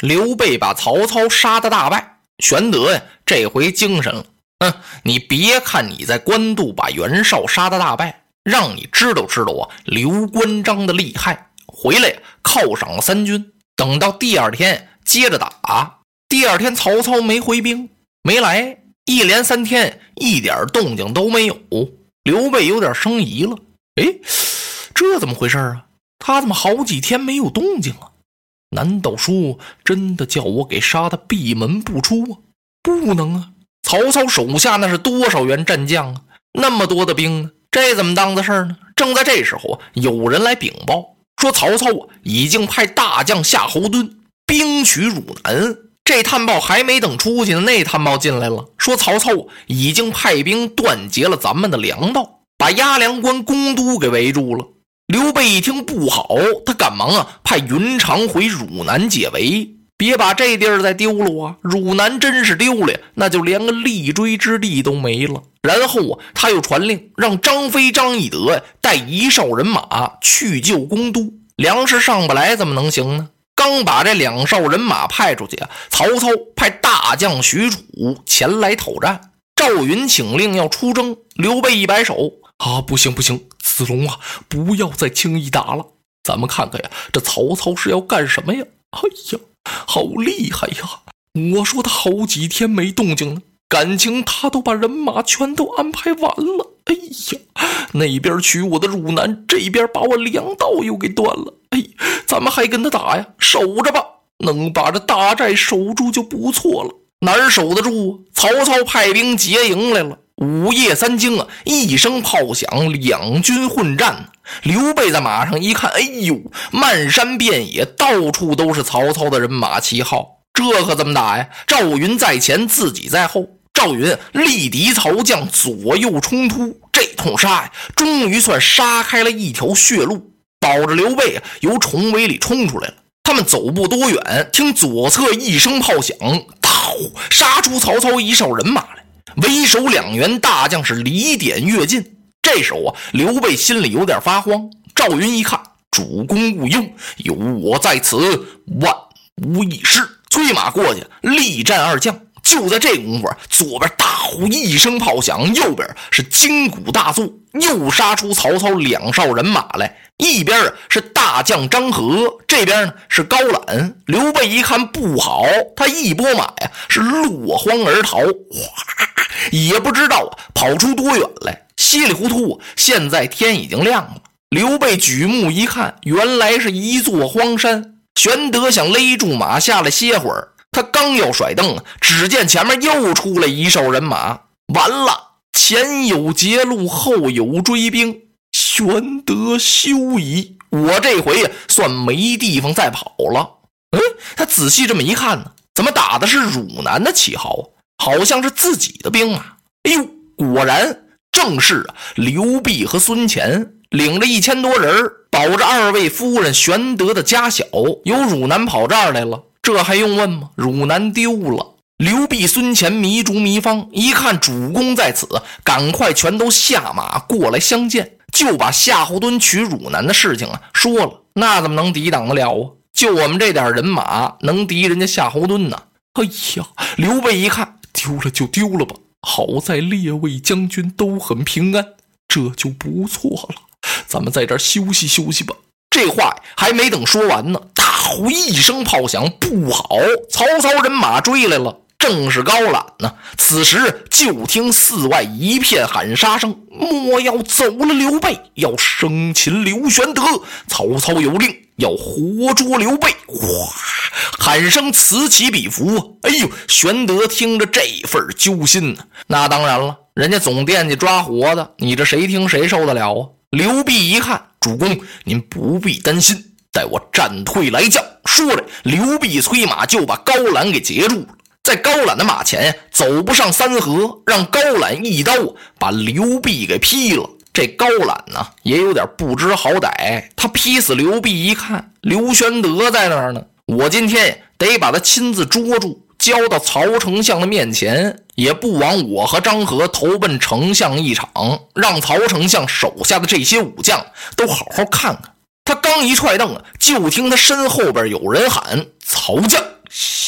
刘备把曹操杀得大败，玄德呀这回精神了。你别看你在官渡把袁绍杀得大败，让你知道知道刘关张的厉害。回来犒赏了3军，等到第2天接着打。第2天曹操没回兵，没来，一连3天一点动静都没有。刘备有点生疑了，这怎么回事啊？他怎么好几天没有动静啊？难道说真的叫我给杀得闭门不出啊？不能啊！曹操手下那是多少员战将啊，那么多的兵呢，这怎么当的事儿呢？正在这时候有人来禀报说曹操已经派大将夏侯惇兵取汝南。这探报还没等出去呢，那探报进来了，说曹操已经派兵断绝了咱们的粮道，把押粮关公都给围住了。刘备一听不好，他赶忙派云长回汝南解围，别把这地儿再丢了啊！汝南真是丢了，那就连个立锥之地都没了。然后他又传令让张飞、张翼德带1哨人马去救公都，粮食上不来怎么能行呢？刚把这2哨人马派出去曹操派大将许褚前来讨战。赵云请令要出征，刘备一摆手，不行，子龙不要再轻易打了，咱们看看呀，这曹操是要干什么呀？好厉害呀！我说他好几天没动静了，感情他都把人马全都安排完了。那边取我的汝南，这边把我粮道又给断了。咱们还跟他打呀，守着吧，能把这大寨守住就不错了。哪儿守得住？曹操派兵劫营来了。午夜3更一声炮响，两军混战。刘备在马上一看，漫山遍野到处都是曹操的人马旗号，这可怎么打呀？赵云在前，自己在后。赵云力敌曹将，左右冲突，这通杀呀，终于算杀开了一条血路，保着刘备由重围里冲出来了。他们走不多远，听左侧一声炮响，杀出曹操1哨人马来，为首2员大将是离点跃进。这时候刘备心里有点发慌。赵云一看，主公勿忧，有我在此，万无一失。催马过去力战2将。就在这功夫，左边大呼一声炮响，右边是金鼓大作，又杀出曹操2哨人马来。一边是大将张合，这边呢是高览。刘备一看不好，他一拨马呀是落荒而逃，也不知道跑出多远来。稀里糊涂，现在天已经亮了。刘备举目一看，原来是一座荒山。玄德想勒住马下来歇会儿，他刚要甩蹬，只见前面又出来1哨人马。完了，前有截路，后有追兵，玄德休矣，我这回算没地方再跑了。他仔细这么一看呢，怎么打的是汝南的旗号，好像是自己的兵马。果然正是刘辟和孙乾领着1000多人，保着2位夫人玄德的家小，由汝南跑这儿来了。这还用问吗？汝南丢了。刘辟、孙乾迷逐迷方，一看主公在此，赶快全都下马过来相见，就把夏侯惇取汝南的事情说了。那怎么能抵挡得了啊？就我们这点人马，能敌人家夏侯惇呢？刘备一看，丢了就丢了吧，好在列位将军都很平安，这就不错了，咱们在这儿休息休息吧。这话还没等说完呢，大呼一声炮响，不好，曹操人马追来了，正是高览呢。此时就听寺外一片喊杀声，莫要走了刘备，要生擒刘玄德。曹操有令，要活捉刘备。喊声此起彼伏。玄德听着这份揪心呢，那当然了，人家总惦记抓活的，你这谁听谁受得了啊？刘辟一看，主公您不必担心，待我战退来将。说着，刘辟催马就把高览给截住了，在高览的马前走不上3合，让高览一刀把刘辟给劈了。这高览呢也有点不知好歹，他劈死刘辟一看，刘玄德在那儿呢，我今天得把他亲自捉住，交到曹丞相的面前，也不枉我和张合投奔丞相一场，让曹丞相手下的这些武将都好好看看。他刚一踹蹬，就听他身后边有人喊：曹将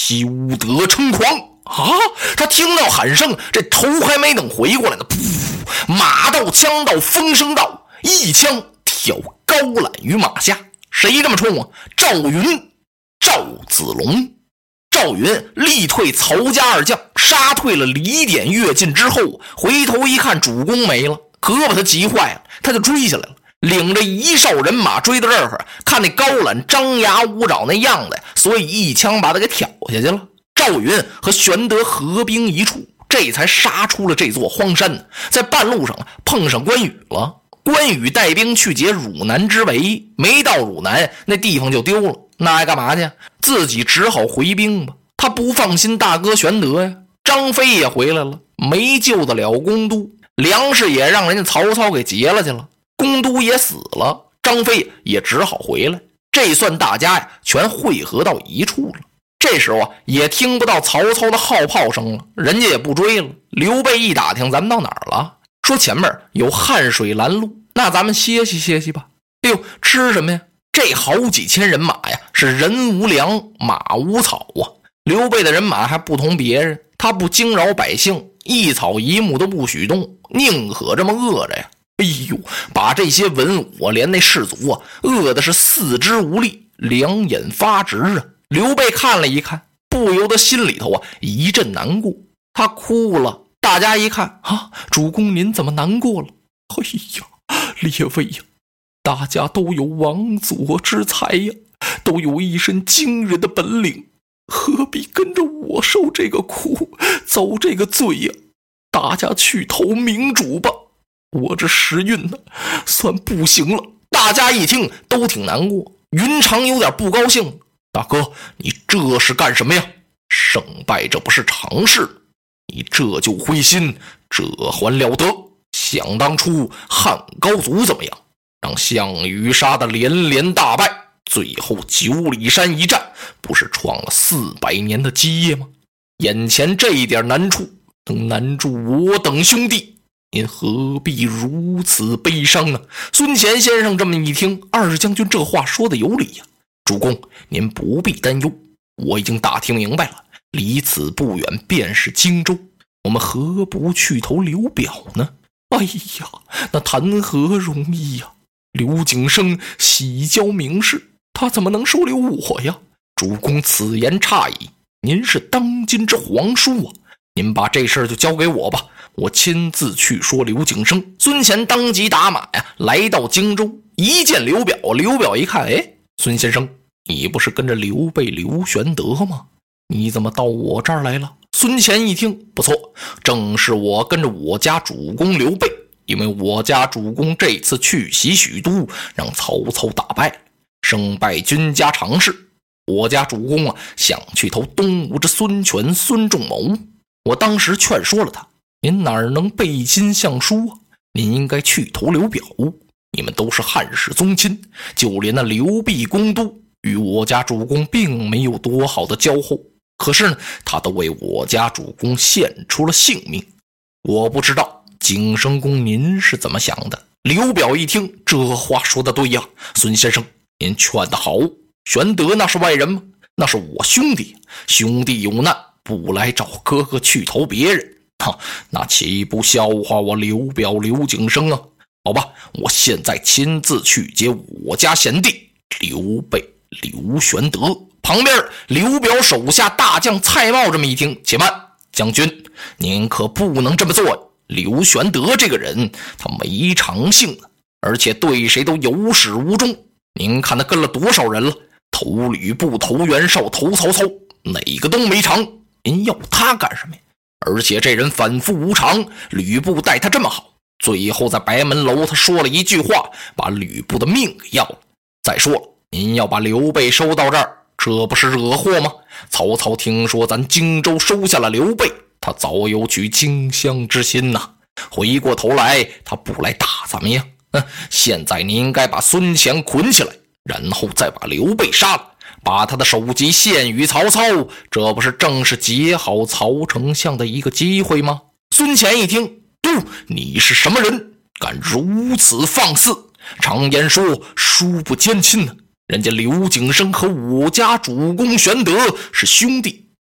休得称狂啊！他听到喊声，这头还没等回过来呢，噗，马到枪到风声到，一枪挑高览于马下。谁这么冲啊？赵云、赵子龙。赵云力退曹家二将，杀退了李典、乐进之后，回头一看主公没了，可把他急坏了，他就追下来了，领着一哨人马追到这儿，看那高览张牙舞爪那样子，所以一枪把他给挑下去了。赵云和玄德合兵一处，这才杀出了这座荒山。在半路上碰上关羽了，关羽带兵去解汝南之围，没到汝南那地方就丢了，那还干嘛去？自己只好回兵吧。他不放心大哥玄德呀。张飞也回来了，没救得了公都，粮食也让人家曹操给劫了去了，公都也死了，张飞也只好回来。这算大家呀全汇合到一处了。这时候也听不到曹操的号炮声了，人家也不追了。刘备一打听咱们到哪儿了，说前面有汉水拦路，那咱们歇息歇息吧。哎呦，吃什么呀？这好几千人马呀，是人无粮，马无草啊。刘备的人马还不同别人，他不惊扰百姓，一草一木都不许动，宁可这么饿着呀。哎呦，把这些文武连那士卒饿的是四肢无力，两眼发直啊。刘备看了一看，不由得心里头一阵难过，他哭了。大家一看啊，主公您怎么难过了？哎呀，列位呀，大家都有王佐之才呀，都有一身惊人的本领，何必跟着我受这个苦，遭这个罪呀？大家去投明主吧，我这时运呢，算不行了。大家一听都挺难过，云长有点不高兴。大哥，你这是干什么呀？胜败这不是常事，你这就灰心，这还了得？想当初汉高祖怎么样？让项羽杀得连连大败，最后9里山一战，不是创了400年的基业吗？眼前这一点难处，能难住我等兄弟，您何必如此悲伤呢？孙乾先生这么一听，二将军这话说的有理呀。主公，您不必担忧，我已经打听明白了，离此不远便是荆州，我们何不去投刘表呢？哎呀，那谈何容易呀！刘景升喜交名士，他怎么能收留我呀？主公此言差矣，您是当今之皇叔啊，您把这事儿就交给我吧，我亲自去说刘景升。孙乾当即打马呀，来到荆州，一见刘表，刘表一看，哎，孙先生，你不是跟着刘备、刘玄德吗？你怎么到我这儿来了？孙乾一听，不错，正是我跟着我家主公刘备，因为我家主公这次去袭许都，让曹操打败了，胜败君家常事。我家主公想去投东吴之孙权、孙仲谋，我当时劝说了他，您哪能背亲相疏啊？您应该去投刘表，你们都是汉室宗亲，就连那刘濞公都与我家主公并没有多好的交厚，可是呢，他都为我家主公献出了性命。我不知道景升公您是怎么想的？刘表一听，这话说得对呀，孙先生您劝得好，玄德那是外人吗？那是我兄弟，兄弟有难不来找哥哥去投别人，那岂不笑话我刘表、刘景升啊？好吧，我现在亲自去接我家贤弟刘备、刘玄德。旁边刘表手下大将蔡瑁这么一听，且慢，将军您可不能这么做，刘玄德这个人他没长性啊，而且对谁都有始无终，您看他跟了多少人了，投吕布、投袁绍、投曹操，哪个都没长，您要他干什么呀？而且这人反复无常，吕布待他这么好，最后在白门楼他说了一句话，把吕布的命给要了。再说了，您要把刘备收到这儿，这不是惹祸吗？曹操听说咱荆州收下了刘备，他早有取荆襄之心呐，回过头来他不来打咱们呀。现在您应该把孙乾捆起来，然后再把刘备杀了，把他的首级献与曹操，这不是正是结好曹丞相的一个机会吗？孙乾一听，你是什么人，敢如此放肆？常言说叔不兼亲呢，人家刘景升和我家主公玄德是兄弟，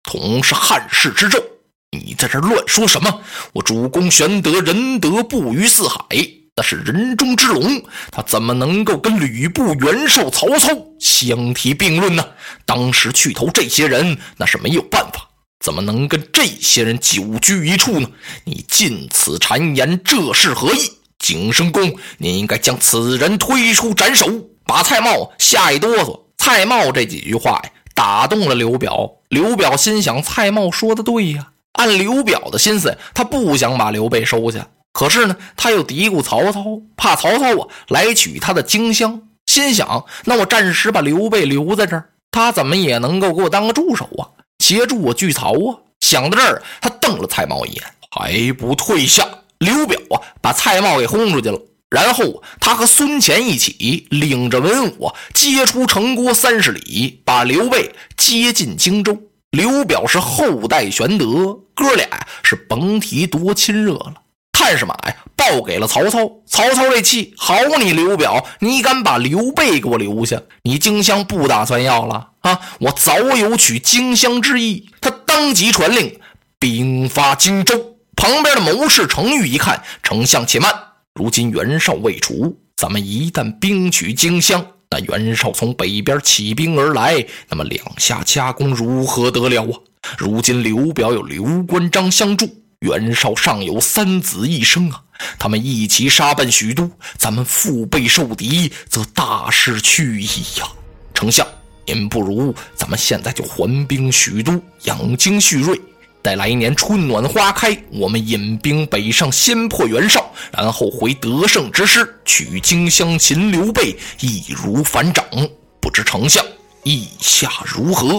同是汉室之胄，你在这乱说什么？我主公玄德仁德布于四海，那是人中之龙，他怎么能够跟吕布、袁绍、曹操相提并论呢？当时去投这些人，那是没有办法，怎么能跟这些人久居一处呢？你尽此谗言，这是何意？景生公，你应该将此人推出斩首，把蔡瑁吓一哆嗦。蔡瑁这几句话呀，打动了刘表。刘表心想，蔡瑁说的对呀。按刘表的心思，他不想把刘备收下，可是呢，他又嘀咕曹操，怕曹操来取他的荆襄，心想，那我暂时把刘备留在这儿，他怎么也能够给我当个助手啊，协助我拒曹啊。想到这儿，他瞪了蔡瑁一眼，还不退下。刘表把蔡瑁给轰出去了，然后他和孙乾一起领着文武接出城郭30里，把刘备接进荆州。刘表是后代玄德，哥俩是甭提多亲热了。探视马呀报给了曹操，曹操这气，好你刘表，你敢把刘备给我留下，你荆襄不打算要了啊？我早有取荆襄之意。他当即传令兵发荆州。旁边的谋士程昱一看，丞相且慢，如今袁绍未除，咱们一旦兵取荆襄，那袁绍从北边起兵而来，那么两下夹攻如何得了啊？如今刘表有刘关张相助，袁绍尚有3子1生啊，他们一起杀奔许都，咱们腹背受敌，则大势去矣呀。丞相，您不如咱们现在就还兵许都，养精蓄锐，待来年春暖花开，我们引兵北上，先破袁绍，然后回得胜之师，取荆襄，擒刘备，易如反掌。不知丞相意下如何？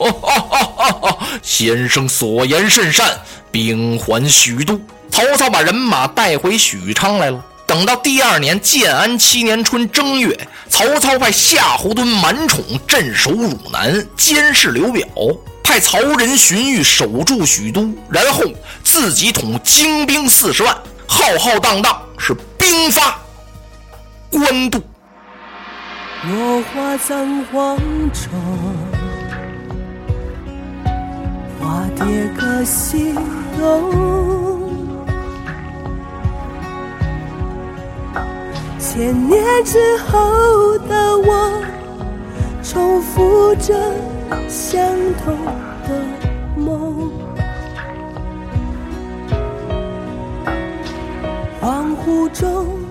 先生所言甚善，兵还许都。曹操把人马带回许昌来了。等到第2年建安7年春正月，曹操派夏侯惇、满宠镇守汝南，监视刘表，派曹仁、荀彧守住许都，然后自己统精兵40万，浩浩荡荡是兵发官渡。 落花葬黄冢，花蝶各西东。千年之后的我，重复着相同的梦。恍惚中